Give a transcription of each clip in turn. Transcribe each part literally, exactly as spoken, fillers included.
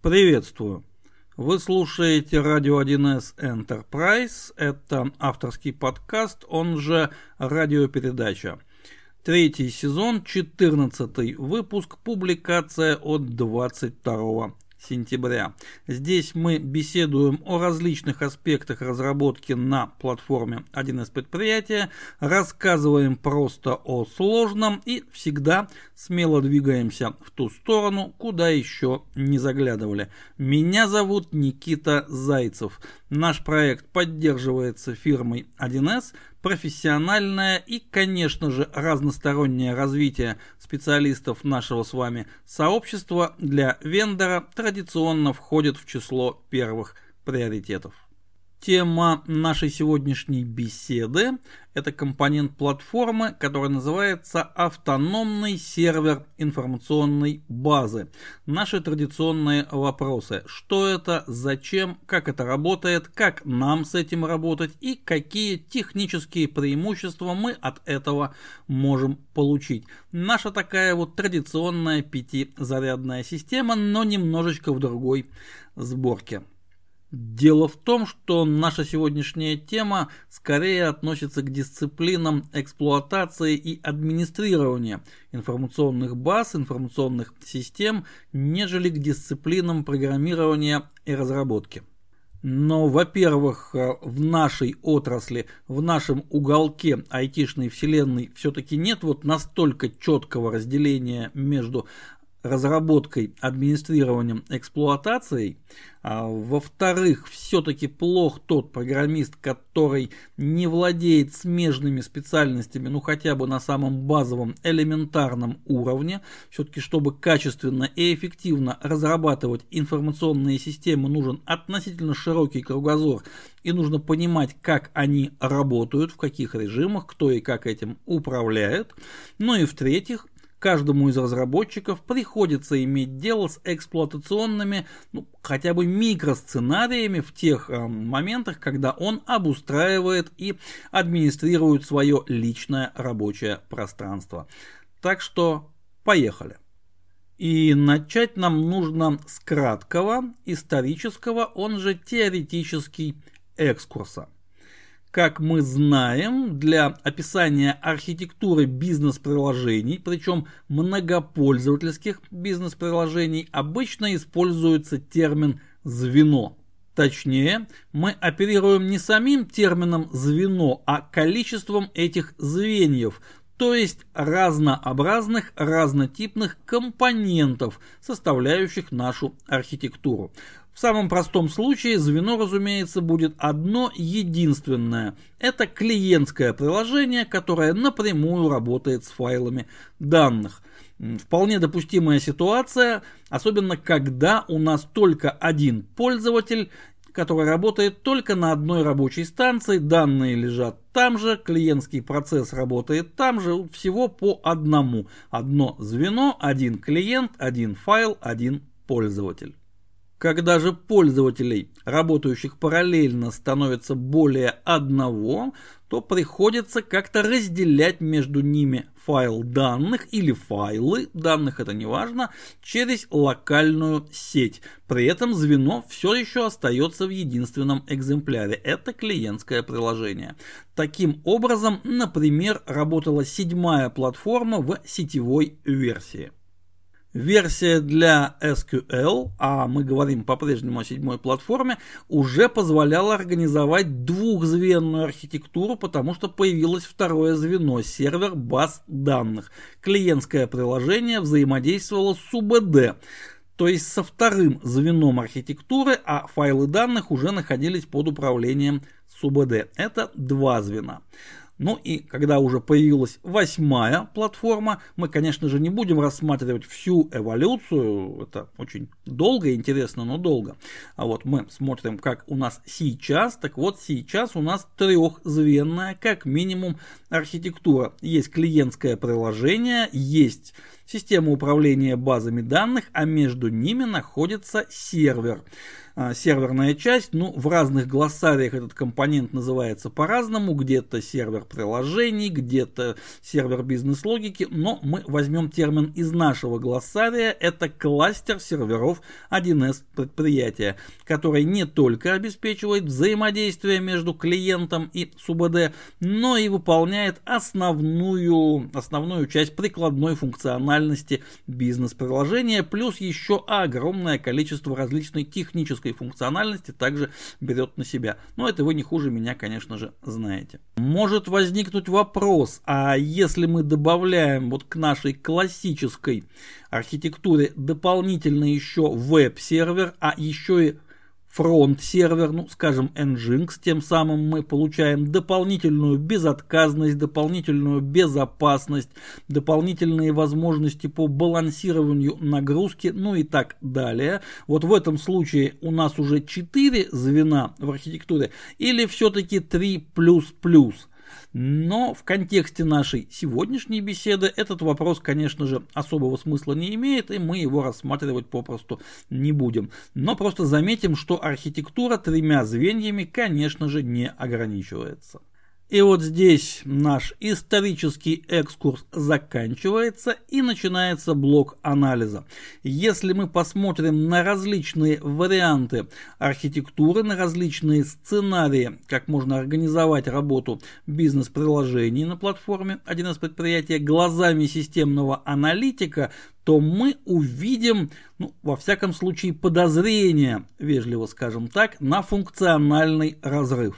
Приветствую! Вы слушаете радио один эс Enterprise. Это авторский подкаст, он же радиопередача. Третий сезон, четырнадцатый выпуск, публикация от двадцать второго сентября. Здесь мы беседуем о различных аспектах разработки на платформе один эс предприятия, рассказываем просто о сложном и всегда смело двигаемся в ту сторону, куда еще не заглядывали. Меня зовут Никита Зайцев. Наш проект поддерживается фирмой один эс. Профессиональное и, конечно же, разностороннее развитие специалистов нашего с вами сообщества для вендора традиционно входит в число первых приоритетов. Тема нашей сегодняшней беседы – это компонент платформы, который называется «Автономный сервер информационной базы». Наши традиционные вопросы: что это, зачем, как это работает, как нам с этим работать и какие технические преимущества мы от этого можем получить. Наша такая вот традиционная пятизарядная система, но немножечко в другой сборке. Дело в том, что наша сегодняшняя тема скорее относится к дисциплинам эксплуатации и администрирования информационных баз, информационных систем, нежели к дисциплинам программирования и разработки. Но, во-первых, в нашей отрасли, в нашем уголке айтишной вселенной все-таки нет вот настолько четкого разделения между разработкой, администрированием, эксплуатацией. А, во-вторых, все-таки плох тот программист, который не владеет смежными специальностями, ну хотя бы на самом базовом элементарном уровне. Все-таки, чтобы качественно и эффективно разрабатывать информационные системы, нужен относительно широкий кругозор, и нужно понимать, как они работают, в каких режимах, кто и как этим управляет. Ну и в-третьих, каждому из разработчиков приходится иметь дело с эксплуатационными, ну, хотя бы микросценариями в тех э, моментах, когда он обустраивает и администрирует свое личное рабочее пространство. Так что поехали. И начать нам нужно с краткого исторического, он же теоретический экскурса. Как мы знаем, для описания архитектуры бизнес-приложений, причем многопользовательских бизнес-приложений, обычно используется термин «звено». Точнее, мы оперируем не самим термином «звено», а количеством этих звеньев, то есть разнообразных, разнотипных компонентов, составляющих нашу архитектуру. В самом простом случае звено, разумеется, будет одно единственное. Это клиентское приложение, которое напрямую работает с файлами данных. Вполне допустимая ситуация, особенно когда у нас только один пользователь, который работает только на одной рабочей станции, данные лежат там же, клиентский процесс работает там же, всего по одному. Одно звено, один клиент, один файл, один пользователь. Когда же пользователей, работающих параллельно, становится более одного, то приходится как-то разделять между ними файл данных или файлы данных, это не важно, через локальную сеть. При этом звено все еще остается в единственном экземпляре. Это клиентское приложение. Таким образом, например, работала седьмая платформа в сетевой версии. Версия для эс кью эль, а мы говорим по-прежнему о седьмой платформе, уже позволяла организовать двухзвенную архитектуру, потому что появилось второе звено – сервер баз данных. Клиентское приложение взаимодействовало с ю би ди, то есть со вторым звеном архитектуры, а файлы данных уже находились под управлением с ю би ди. Это два звена. Ну и когда уже появилась восьмая платформа, мы, конечно же, не будем рассматривать всю эволюцию, это очень долго и интересно, но долго. А вот мы смотрим, как у нас сейчас. Так вот, сейчас у нас трехзвенная, как минимум, архитектура. Есть клиентское приложение, есть система управления базами данных, а между ними находится сервер. Серверная часть, ну, в разных глоссариях этот компонент называется по-разному, где-то сервер приложений, где-то сервер бизнес-логики, но мы возьмем термин из нашего глоссария, это кластер серверов один эс предприятия, который не только обеспечивает взаимодействие между клиентом и СУБД, но и выполняет основную, основную часть прикладной функциональности бизнес-приложения, плюс еще огромное количество различной технической функциональности также берет на себя. Но это вы не хуже меня, конечно же, знаете. Может возникнуть вопрос, а если мы добавляем вот к нашей классической архитектуре дополнительно еще веб-сервер, а еще и фронт-сервер, ну, скажем, Nginx, тем самым мы получаем дополнительную безотказность, дополнительную безопасность, дополнительные возможности по балансированию нагрузки, ну и так далее. Вот в этом случае у нас уже четыре звена в архитектуре или все-таки три плюс-плюс. Но в контексте нашей сегодняшней беседы этот вопрос, конечно же, особого смысла не имеет, и мы его рассматривать попросту не будем. Но просто заметим, что архитектура тремя звеньями, конечно же, не ограничивается. И вот здесь наш исторический экскурс заканчивается и начинается блок анализа. Если мы посмотрим на различные варианты архитектуры, на различные сценарии, как можно организовать работу бизнес-приложений на платформе один эс предприятия глазами системного аналитика, то мы увидим, ну, во всяком случае, подозрение, вежливо скажем так, на функциональный разрыв.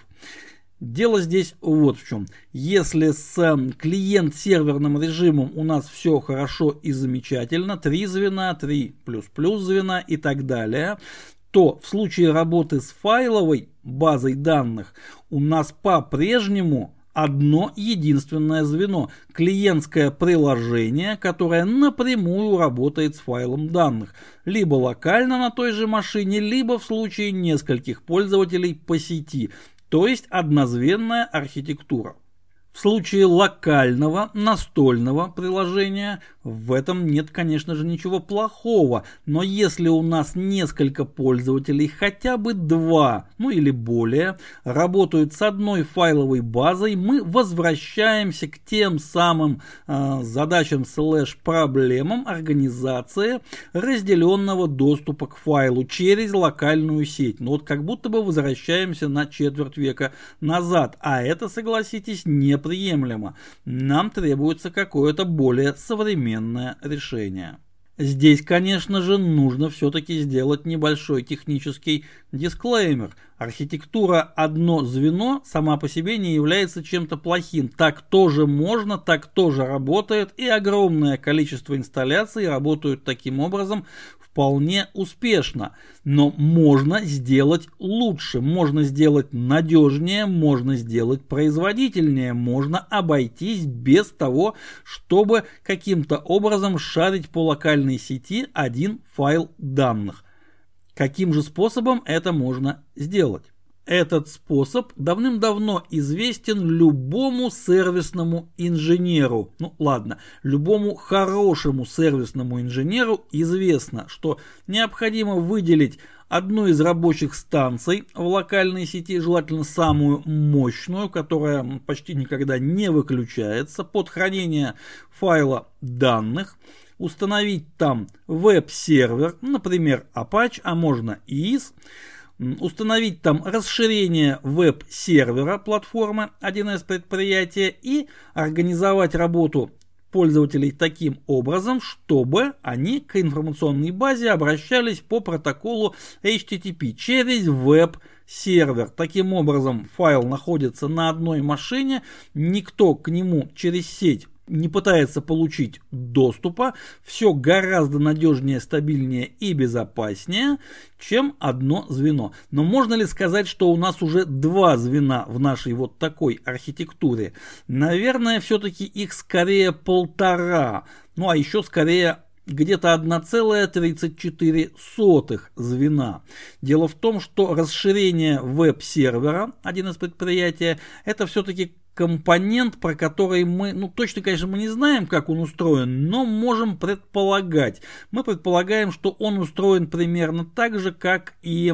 Дело здесь вот в чем. Если с клиент-серверным режимом у нас все хорошо и замечательно, три звена, три плюс-плюс звена и так далее, то в случае работы с файловой базой данных у нас по-прежнему одно единственное звено – клиентское приложение, которое напрямую работает с файлом данных, либо локально на той же машине, либо в случае нескольких пользователей по сети. То есть однозвенная архитектура. В случае локального настольного приложения в этом нет, конечно же, ничего плохого, но если у нас несколько пользователей, хотя бы два, ну или более, работают с одной файловой базой, мы возвращаемся к тем самым э, задачам слэш проблемам организации разделенного доступа к файлу через локальную сеть. Ну вот как будто бы возвращаемся на четверть века назад, а это, согласитесь, неприемлемо. Нам требуется какое-то более современное решение. Здесь, конечно же, нужно все-таки сделать небольшой технический дисклеймер. Архитектура одно звено сама по себе не является чем-то плохим. Так тоже можно, так тоже работает, и огромное количество инсталляций работают таким образом вполне успешно. Но можно сделать лучше, можно сделать надежнее, можно сделать производительнее, можно обойтись без того, чтобы каким-то образом шарить по локальной сети один файл данных. Каким же способом это можно сделать? Этот способ давным-давно известен любому сервисному инженеру. Ну ладно, любому хорошему сервисному инженеру известно, что необходимо выделить одну из рабочих станций в локальной сети, желательно самую мощную, которая почти никогда не выключается, под хранение файла данных, установить там веб-сервер, например, Apache, а можно и ай эс, установить там расширение веб-сервера платформы один эс предприятия и организовать работу пользователей таким образом, чтобы они к информационной базе обращались по протоколу эйч ти ти пи через веб-сервер. Таким образом, файл находится на одной машине, никто к нему через сеть не пытается получить доступа, все гораздо надежнее, стабильнее и безопаснее, чем одно звено. Но можно ли сказать, что у нас уже два звена в нашей вот такой архитектуре? Наверное, все-таки их скорее полтора, ну а еще скорее где-то одна целая тридцать четыре сотых звена. Дело в том, что расширение веб-сервера один эс предприятия это все-таки компонент, про который мы, ну точно, конечно, мы не знаем, как он устроен, но можем предполагать. Мы предполагаем, что он устроен примерно так же, как и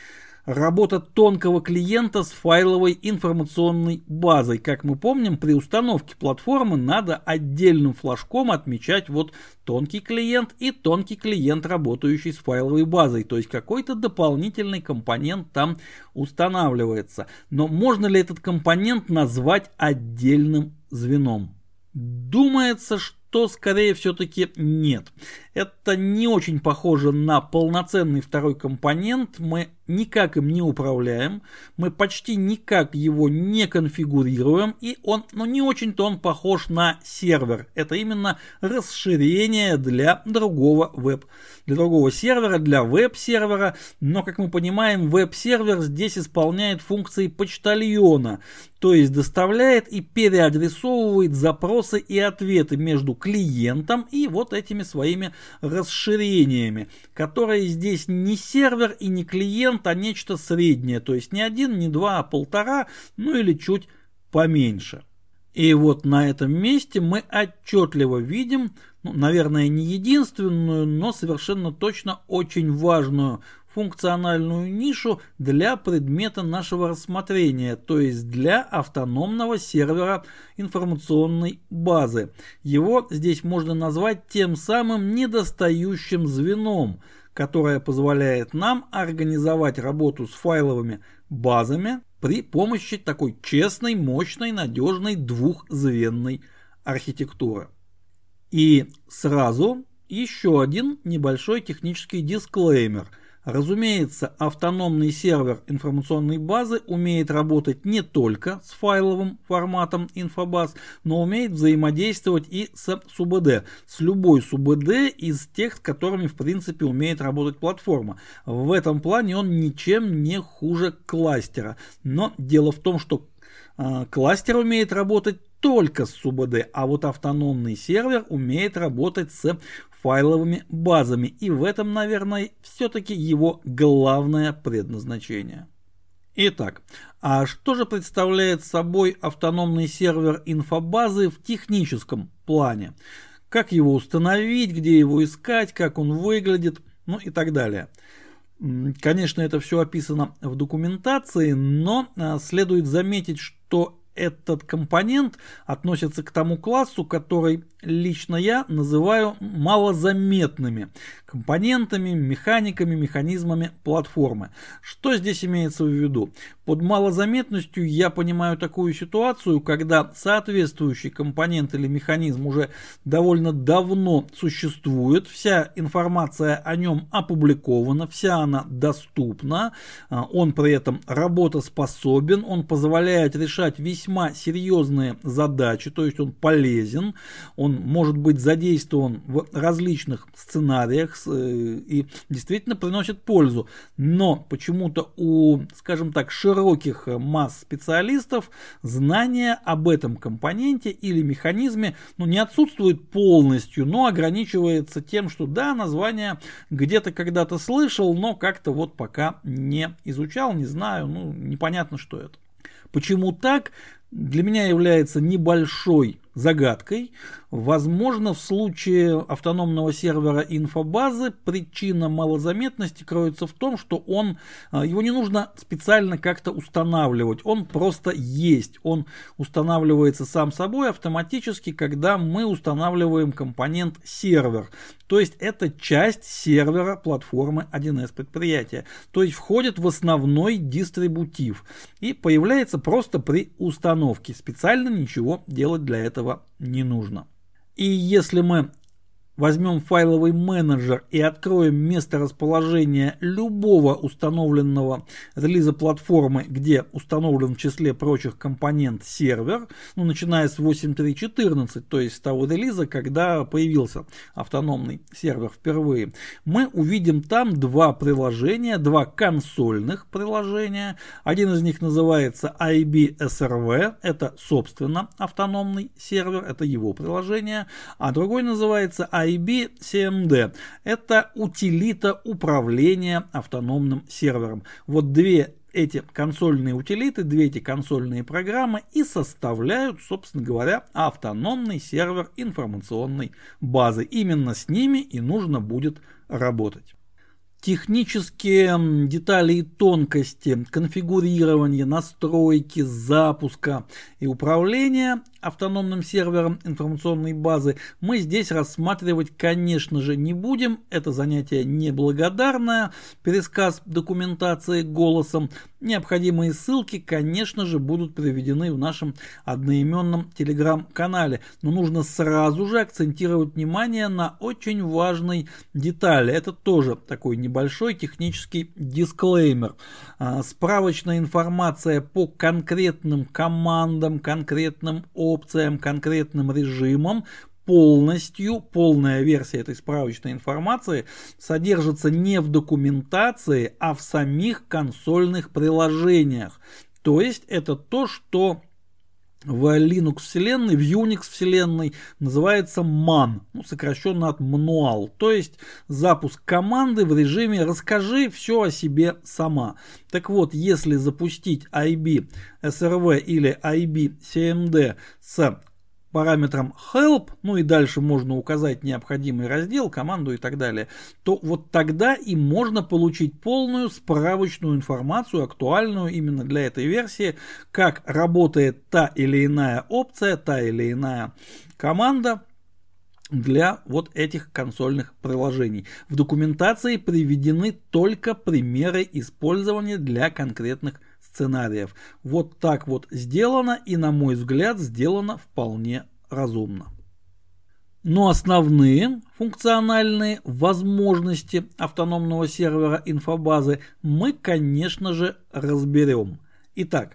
работа тонкого клиента с файловой информационной базой. Как мы помним, при установке платформы надо отдельным флажком отмечать вот тонкий клиент и тонкий клиент, работающий с файловой базой. То есть какой-то дополнительный компонент там устанавливается. Но можно ли этот компонент назвать отдельным звеном? Думается, что скорее все-таки нет. Это не очень похоже на полноценный второй компонент. Мы никак им не управляем, мы почти никак его не конфигурируем, и он, ну не очень-то он похож на сервер. Это именно расширение для другого веб, для другого сервера, для веб-сервера. Но, как мы понимаем, веб-сервер здесь исполняет функции почтальона, то есть доставляет и переадресовывает запросы и ответы между клиентом и вот этими своими расширениями, которые здесь не сервер и не клиент, а нечто среднее, то есть не один, не два, а полтора, ну или чуть поменьше. И вот на этом месте мы отчетливо видим, ну, наверное, не единственную, но совершенно точно очень важную функциональную нишу для предмета нашего рассмотрения, то есть для автономного сервера информационной базы. Его здесь можно назвать тем самым недостающим звеном, которое позволяет нам организовать работу с файловыми базами при помощи такой честной, мощной, надежной двухзвенной архитектуры. И сразу еще один небольшой технический дисклеймер. Разумеется, автономный сервер информационной базы умеет работать не только с файловым форматом инфобаз, но умеет взаимодействовать и с СУБД, с любой СУБД из тех, с которыми в принципе умеет работать платформа. В этом плане он ничем не хуже кластера. Но дело в том, что э, кластер умеет работать только с СУБД, а вот автономный сервер умеет работать с файловыми базами. И в этом, наверное, все-таки его главное предназначение. Итак, а что же представляет собой автономный сервер инфобазы в техническом плане? Как его установить, где его искать, как он выглядит, ну и так далее. Конечно, это все описано в документации, но следует заметить, что этот компонент относится к тому классу, который лично я называю малозаметными компонентами, механиками, механизмами платформы. Что здесь имеется в виду? Под малозаметностью я понимаю такую ситуацию, когда соответствующий компонент или механизм уже довольно давно существует, вся информация о нем опубликована, вся она доступна, он при этом работоспособен, он позволяет решать весьма серьезные задачи, то есть он полезен, он может быть задействован в различных сценариях и действительно приносит пользу. Но почему-то у, скажем так, широких масс специалистов знание об этом компоненте или механизме ну, не отсутствует полностью, но ограничивается тем, что да, название где-то когда-то слышал, но как-то вот пока не изучал, не знаю, ну непонятно, что это. Почему так? Для меня является небольшой загадкой. Возможно, в случае автономного сервера инфобазы причина малозаметности кроется в том, что он, его не нужно специально как-то устанавливать. Он просто есть. Он устанавливается сам собой автоматически, когда мы устанавливаем компонент сервер. То есть это часть сервера платформы один эс предприятия. То есть входит в основной дистрибутив. И появляется просто при установке. Специально ничего делать для этого не нужно. И если мы возьмем файловый менеджер и откроем место расположения любого установленного релиза платформы, где установлен в числе прочих компонент сервер, ну, начиная с восемь точка три точка четырнадцать, то есть с того релиза, когда появился автономный сервер впервые, мы увидим там два приложения, два консольных приложения. Один из них называется ай би эс эр ви, это собственно автономный сервер, это его приложение, а другой называется ай би си эм ди. Это утилита управления автономным сервером. Вот две эти консольные утилиты, две эти консольные программы и составляют, собственно говоря, автономный сервер информационной базы. Именно с ними и нужно будет работать. Технические детали и тонкости конфигурирования, настройки, запуска и управления автономным сервером информационной базы мы здесь рассматривать, конечно же, не будем. Это занятие неблагодарное. Пересказ документации голосом. Необходимые ссылки, конечно же, будут приведены в нашем одноименном телеграм-канале. Но нужно сразу же акцентировать внимание на очень важной детали. Это тоже такой небольшой технический дисклеймер. Справочная информация по конкретным командам, конкретным опциям, конкретным режимам полностью, полная версия этой справочной информации содержится не в документации, а в самих консольных приложениях. То есть это то, что в Linux вселенной, в Unix вселенной называется ман, ну, сокращенно от мануал, то есть запуск команды в режиме «расскажи все о себе сама». Так вот, если запустить ай би эс эр ви или ай би си эм ди с параметром help, ну и дальше можно указать необходимый раздел, команду и так далее, то вот тогда и можно получить полную справочную информацию, актуальную именно для этой версии, как работает та или иная опция, та или иная команда для вот этих консольных приложений. В документации приведены только примеры использования для конкретных сценариев. Вот так вот сделано, и, на мой взгляд, сделано вполне разумно. Но основные функциональные возможности автономного сервера инфобазы мы, конечно же, разберем. Итак,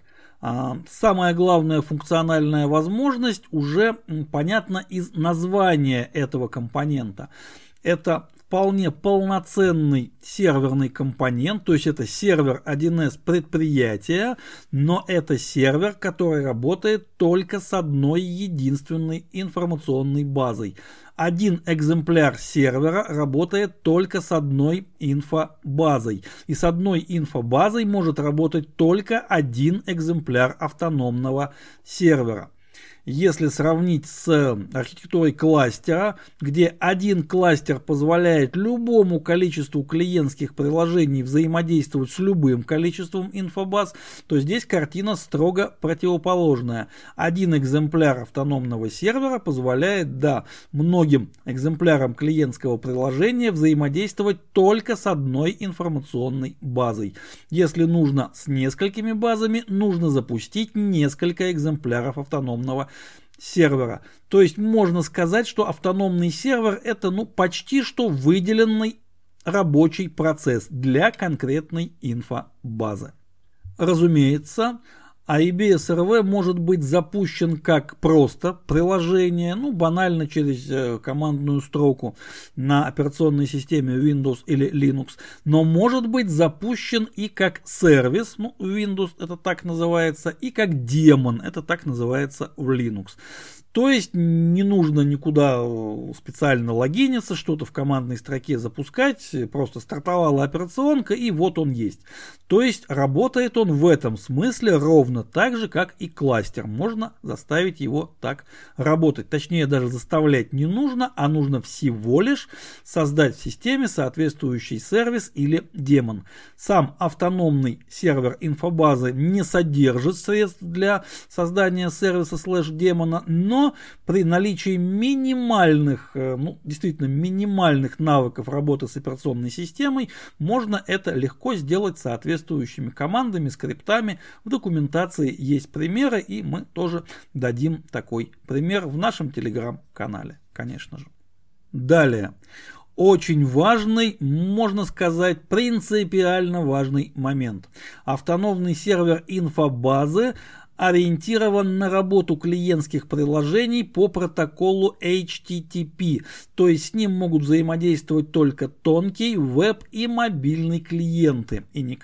самая главная функциональная возможность уже понятна из названия этого компонента. Это вполне полноценный серверный компонент, то есть это сервер один эс предприятия, но это сервер, который работает только с одной единственной информационной базой. Один экземпляр сервера работает только с одной инфобазой. И с одной инфобазой может работать только один экземпляр автономного сервера. Если сравнить с архитектурой кластера, где один кластер позволяет любому количеству клиентских приложений взаимодействовать с любым количеством инфобаз, то здесь картина строго противоположная. Один экземпляр автономного сервера позволяет, да, многим экземплярам клиентского приложения взаимодействовать только с одной информационной базой. Если нужно с несколькими базами, нужно запустить несколько экземпляров автономного сервера. То есть можно сказать, что автономный сервер это ну почти что выделенный рабочий процесс для конкретной инфобазы. Разумеется, ай би эс эр ви может быть запущен как просто приложение, ну банально через э, командную строку на операционной системе Windows или Linux, но может быть запущен и как сервис, ну Windows это так называется, и как демон, это так называется в Linux. То есть не нужно никуда специально логиниться, что-то в командной строке запускать, просто стартовала операционка и вот он есть. То есть работает он в этом смысле ровно так же, как и кластер. Можно заставить его так работать. Точнее, даже заставлять не нужно, а нужно всего лишь создать в системе соответствующий сервис или демон. Сам автономный сервер инфобазы не содержит средств для создания сервиса слэш-демона, но при наличии минимальных, ну, действительно минимальных навыков работы с операционной системой, можно это легко сделать соответствующими командами, скриптами. В документации есть примеры, и мы тоже дадим такой пример в нашем телеграм-канале, конечно же. Далее. Очень важный, можно сказать, принципиально важный момент. Автономный сервер инфобазы ориентирован на работу клиентских приложений по протоколу эйч ти ти пи, то есть с ним могут взаимодействовать только тонкий, веб и мобильный клиенты, и никак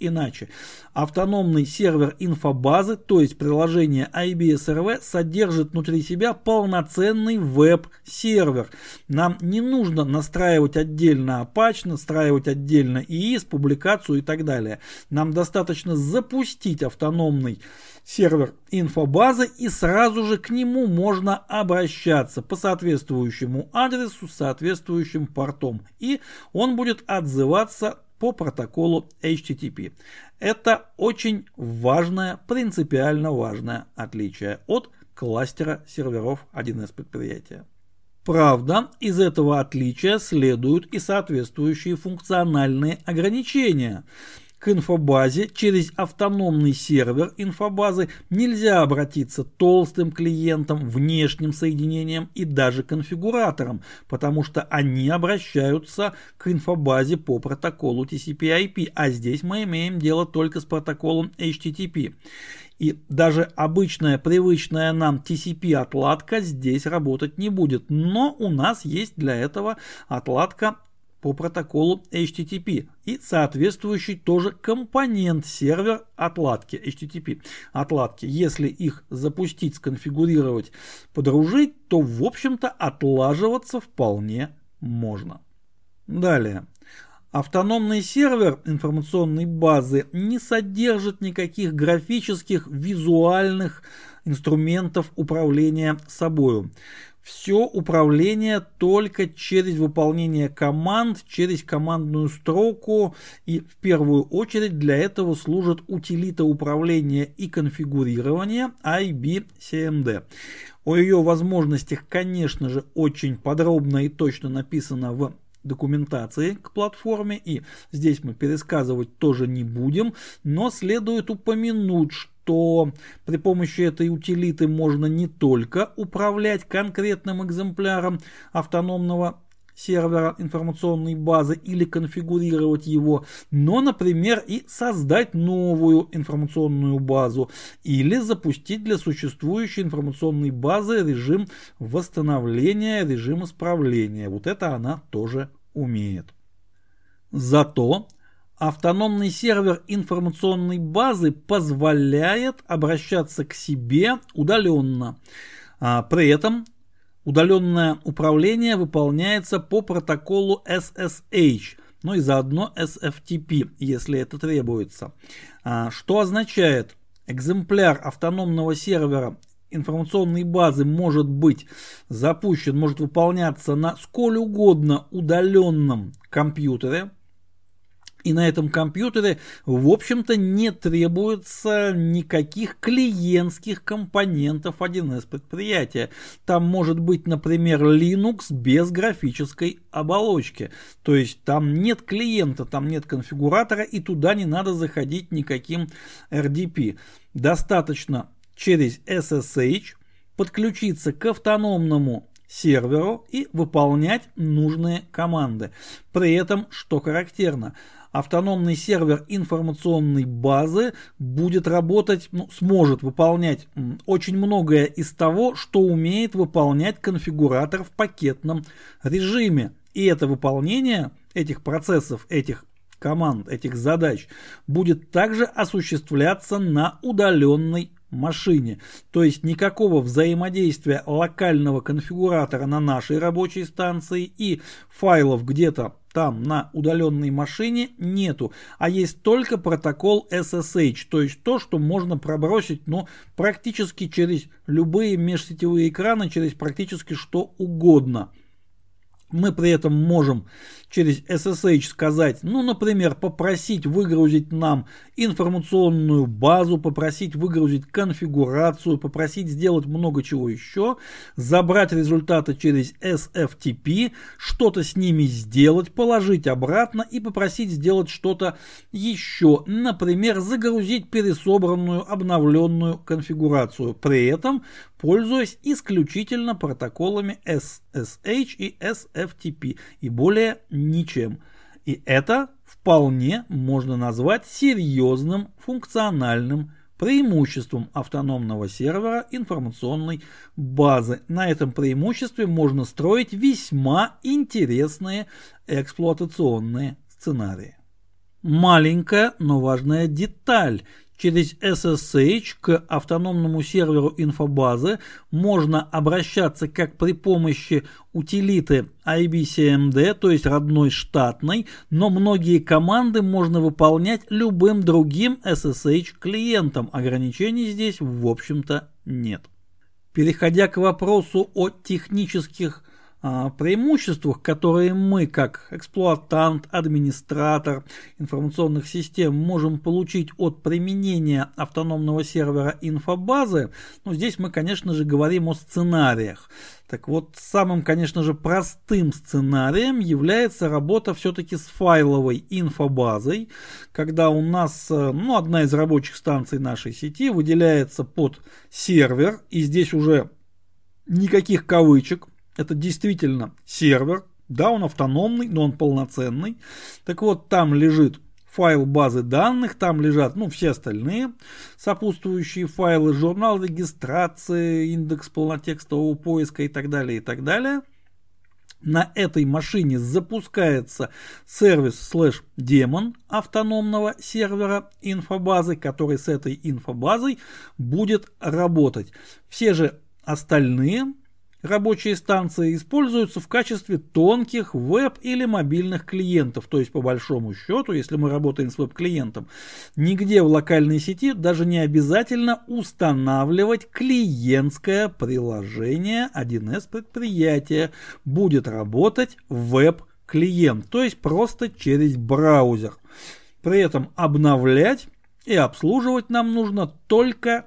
иначе. Автономный сервер инфобазы, то есть приложение ай би эс эр ви, содержит внутри себя полноценный веб-сервер. Нам не нужно настраивать отдельно Apache, настраивать отдельно ай ай эс, публикацию и так далее. Нам достаточно запустить автономный сервер инфобазы, и сразу же к нему можно обращаться по соответствующему адресу, соответствующим портом, и он будет отзываться по протоколу эйч ти ти пи. Это очень важное, принципиально важное отличие от кластера серверов один эс предприятия. Правда, из этого отличия следуют и соответствующие функциональные ограничения. К инфобазе через автономный сервер инфобазы нельзя обратиться толстым клиентам, внешним соединениям и даже конфигураторам, потому что они обращаются к инфобазе по протоколу ти си пи ай пи, а здесь мы имеем дело только с протоколом эйч ти ти пи. И даже обычная, привычная нам ти си пи-отладка здесь работать не будет, но у нас есть для этого отладка по протоколу эйч ти ти пи и соответствующий тоже компонент сервер отладки эйч ти ти пи отладки. Если их запустить, сконфигурировать, подружить, то в общем-то отлаживаться вполне можно. Далее. Автономный сервер информационной базы не содержит никаких графических, визуальных инструментов управления собою. Все управление только через выполнение команд, через командную строку, и в первую очередь для этого служит утилита управления и конфигурирования ай би си эм ди. О ее возможностях, конечно же, очень подробно и точно написано в документации к платформе, и здесь мы пересказывать тоже не будем, но следует упомянуть, что при помощи этой утилиты можно не только управлять конкретным экземпляром автономного сервера информационной базы или конфигурировать его, но, например, и создать новую информационную базу или запустить для существующей информационной базы режим восстановления, режим исправления. Вот это она тоже умеет. Зато автономный сервер информационной базы позволяет обращаться к себе удаленно. А при этом удаленное управление выполняется по протоколу эс эс эйч, ну и заодно эс эф ти пи, если это требуется. А, что означает, экземпляр автономного сервера информационной базы может быть запущен, может выполняться на сколь угодно удаленном компьютере. И на этом компьютере, в общем-то, не требуется никаких клиентских компонентов один эс предприятия. Там может быть, например, Linux без графической оболочки. То есть там нет клиента, там нет конфигуратора, и туда не надо заходить никаким эр ди пи. Достаточно через эс эс эйч подключиться к автономному серверу и выполнять нужные команды. При этом, что характерно, автономный сервер информационной базы будет работать, ну, сможет выполнять очень многое из того, что умеет выполнять конфигуратор в пакетном режиме. И это выполнение этих процессов, этих команд, этих задач будет также осуществляться на удаленной машине. То есть никакого взаимодействия локального конфигуратора на нашей рабочей станции и файлов где-то там на удаленной машине нету, а есть только протокол эс эс эйч, то есть то, что можно пробросить, ну, практически через любые межсетевые экраны, через практически что угодно. Мы при этом можем через эс эс эйч сказать, ну, например, попросить выгрузить нам информационную базу, попросить выгрузить конфигурацию, попросить сделать много чего еще, забрать результаты через эс эф ти пи, что-то с ними сделать, положить обратно и попросить сделать что-то еще, например, загрузить пересобранную, обновленную конфигурацию, при этом пользуясь исключительно протоколами эс эс эйч и эс эф ти пи и более ничем. И это вполне можно назвать серьезным функциональным преимуществом автономного сервера информационной базы. На этом преимуществе можно строить весьма интересные эксплуатационные сценарии. маленькая, но важная деталь. Через эс эс эйч к автономному серверу инфобазы можно обращаться как при помощи утилиты ай би си эм ди, то есть родной штатной, но многие команды можно выполнять любым другим эс эс эйч клиентом. Ограничений здесь, в общем-то, нет. Переходя к вопросу о технических преимуществах, которые мы, как эксплуатант, администратор информационных систем, можем получить от применения автономного сервера инфобазы, ну, здесь мы, конечно же, говорим о сценариях. Так вот, самым, конечно же, простым сценарием является работа все-таки с файловой инфобазой, когда у нас, ну, одна из рабочих станций нашей сети выделяется под сервер, и здесь уже никаких кавычек. Это действительно сервер, да, он автономный, но он полноценный. Так вот, там лежит файл базы данных, там лежат, ну, все остальные сопутствующие файлы, журнал регистрации, индекс полнотекстового поиска и так далее, и так далее. На этой машине запускается сервис слэш демон автономного сервера инфобазы, который с этой инфобазой будет работать. Все же остальные рабочие станции используются в качестве тонких веб- или мобильных клиентов. То есть, по большому счету, если мы работаем с веб-клиентом, нигде в локальной сети даже не обязательно устанавливать клиентское приложение один эс предприятия. Будет работать веб-клиент, то есть просто через браузер. При этом обновлять и обслуживать нам нужно только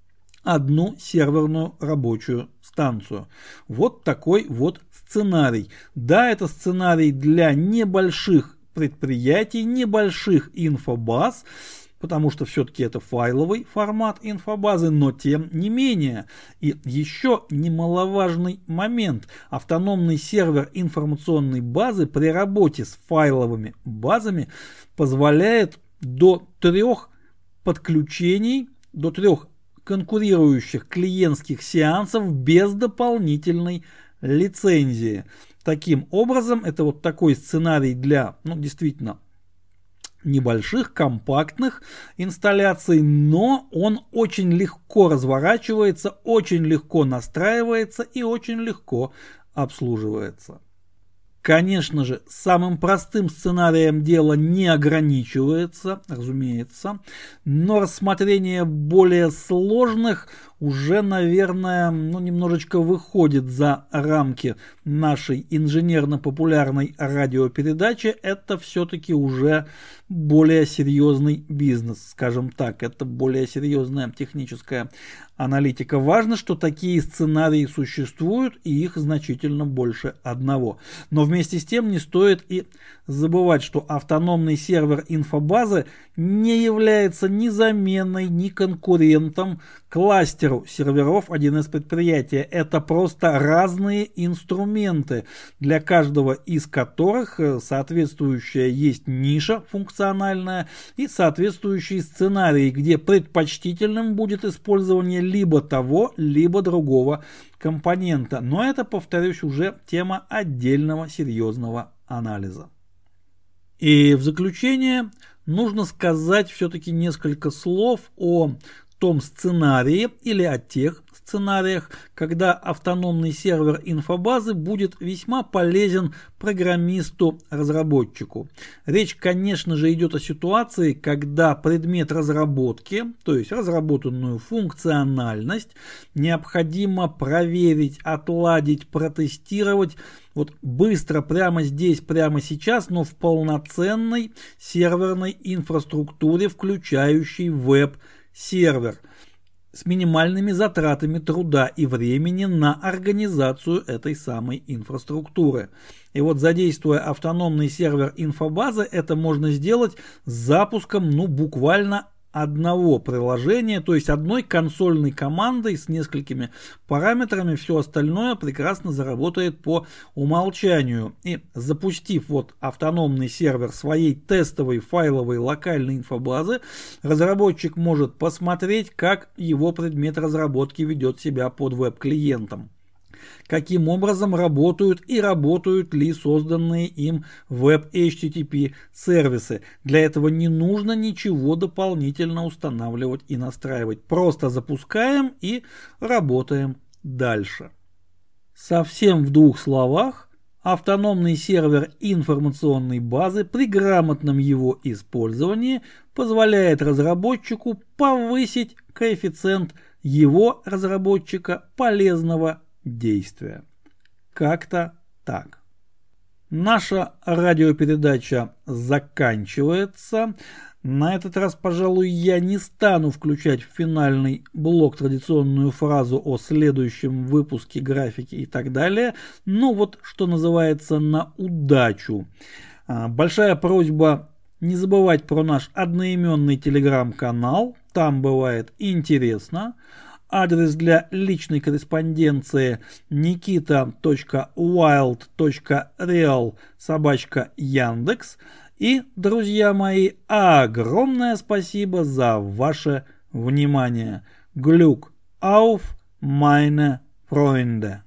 одну серверную рабочую станцию. Вот такой вот сценарий. Да, это сценарий для небольших предприятий, небольших инфобаз, потому что все-таки это файловый формат инфобазы, но тем не менее. И еще немаловажный момент. Автономный сервер информационной базы при работе с файловыми базами позволяет до трех подключений, до трех конкурирующих клиентских сеансов без дополнительной лицензии. Таким образом, это вот такой сценарий для, ну, действительно, небольших, компактных инсталляций, но он очень легко разворачивается, очень легко настраивается и очень легко обслуживается. Конечно же, самым простым сценарием дело не ограничивается, разумеется, но рассмотрение более сложных уже, наверное, ну, немножечко выходит за рамки нашей инженерно-популярной радиопередачи. Это все-таки уже более серьезный бизнес, скажем так, это более серьезная техническая аналитика. Важно, что такие сценарии существуют, и их значительно больше одного. Но вместе с тем не стоит и забывать, что автономный сервер инфобазы не является ни заменой, ни конкурентом кластеру серверов один эс предприятия. Это просто разные инструменты, для каждого из которых соответствующая есть ниша функциональная и соответствующие сценарии, где предпочтительным будет использование либо того, либо другого компонента. Но это, повторюсь, уже тема отдельного серьезного анализа. И в заключение нужно сказать все-таки несколько слов о том сценарии или о тех сценариях, когда автономный сервер инфобазы будет весьма полезен программисту-разработчику. Речь, конечно же, идет о ситуации, когда предмет разработки, то есть разработанную функциональность, необходимо проверить, отладить, протестировать вот быстро, прямо здесь, прямо сейчас, но в полноценной серверной инфраструктуре, включающей веб-сервер, с минимальными затратами труда и времени на организацию этой самой инфраструктуры. И вот, задействуя автономный сервер инфобазы, это можно сделать с запуском, ну, буквально одного приложения, то есть одной консольной командой с несколькими параметрами. Все остальное прекрасно заработает по умолчанию. И запустив вот автономный сервер своей тестовой файловой локальной инфобазы, разработчик может посмотреть, как его предмет разработки ведет себя под веб-клиентом. каким образом работают и работают ли созданные им веб эйч ти ти пи сервисы. Для этого не нужно ничего дополнительно устанавливать и настраивать. Просто запускаем и работаем дальше. Совсем в двух словах, автономный сервер информационной базы при грамотном его использовании позволяет разработчику повысить коэффициент его разработчика полезного действия. Как-то так. Наша радиопередача заканчивается. На этот раз, пожалуй, я не стану включать в финальный блок традиционную фразу о следующем выпуске, графике и так далее. Ну вот, что называется, на удачу. Большая просьба не забывать про наш одноименный телеграм-канал. Там бывает интересно. Адрес для личной корреспонденции никита точка уайлд точка реал собачка Яндекс. И, друзья мои, огромное спасибо за ваше внимание. Glück auf, meine Freunde.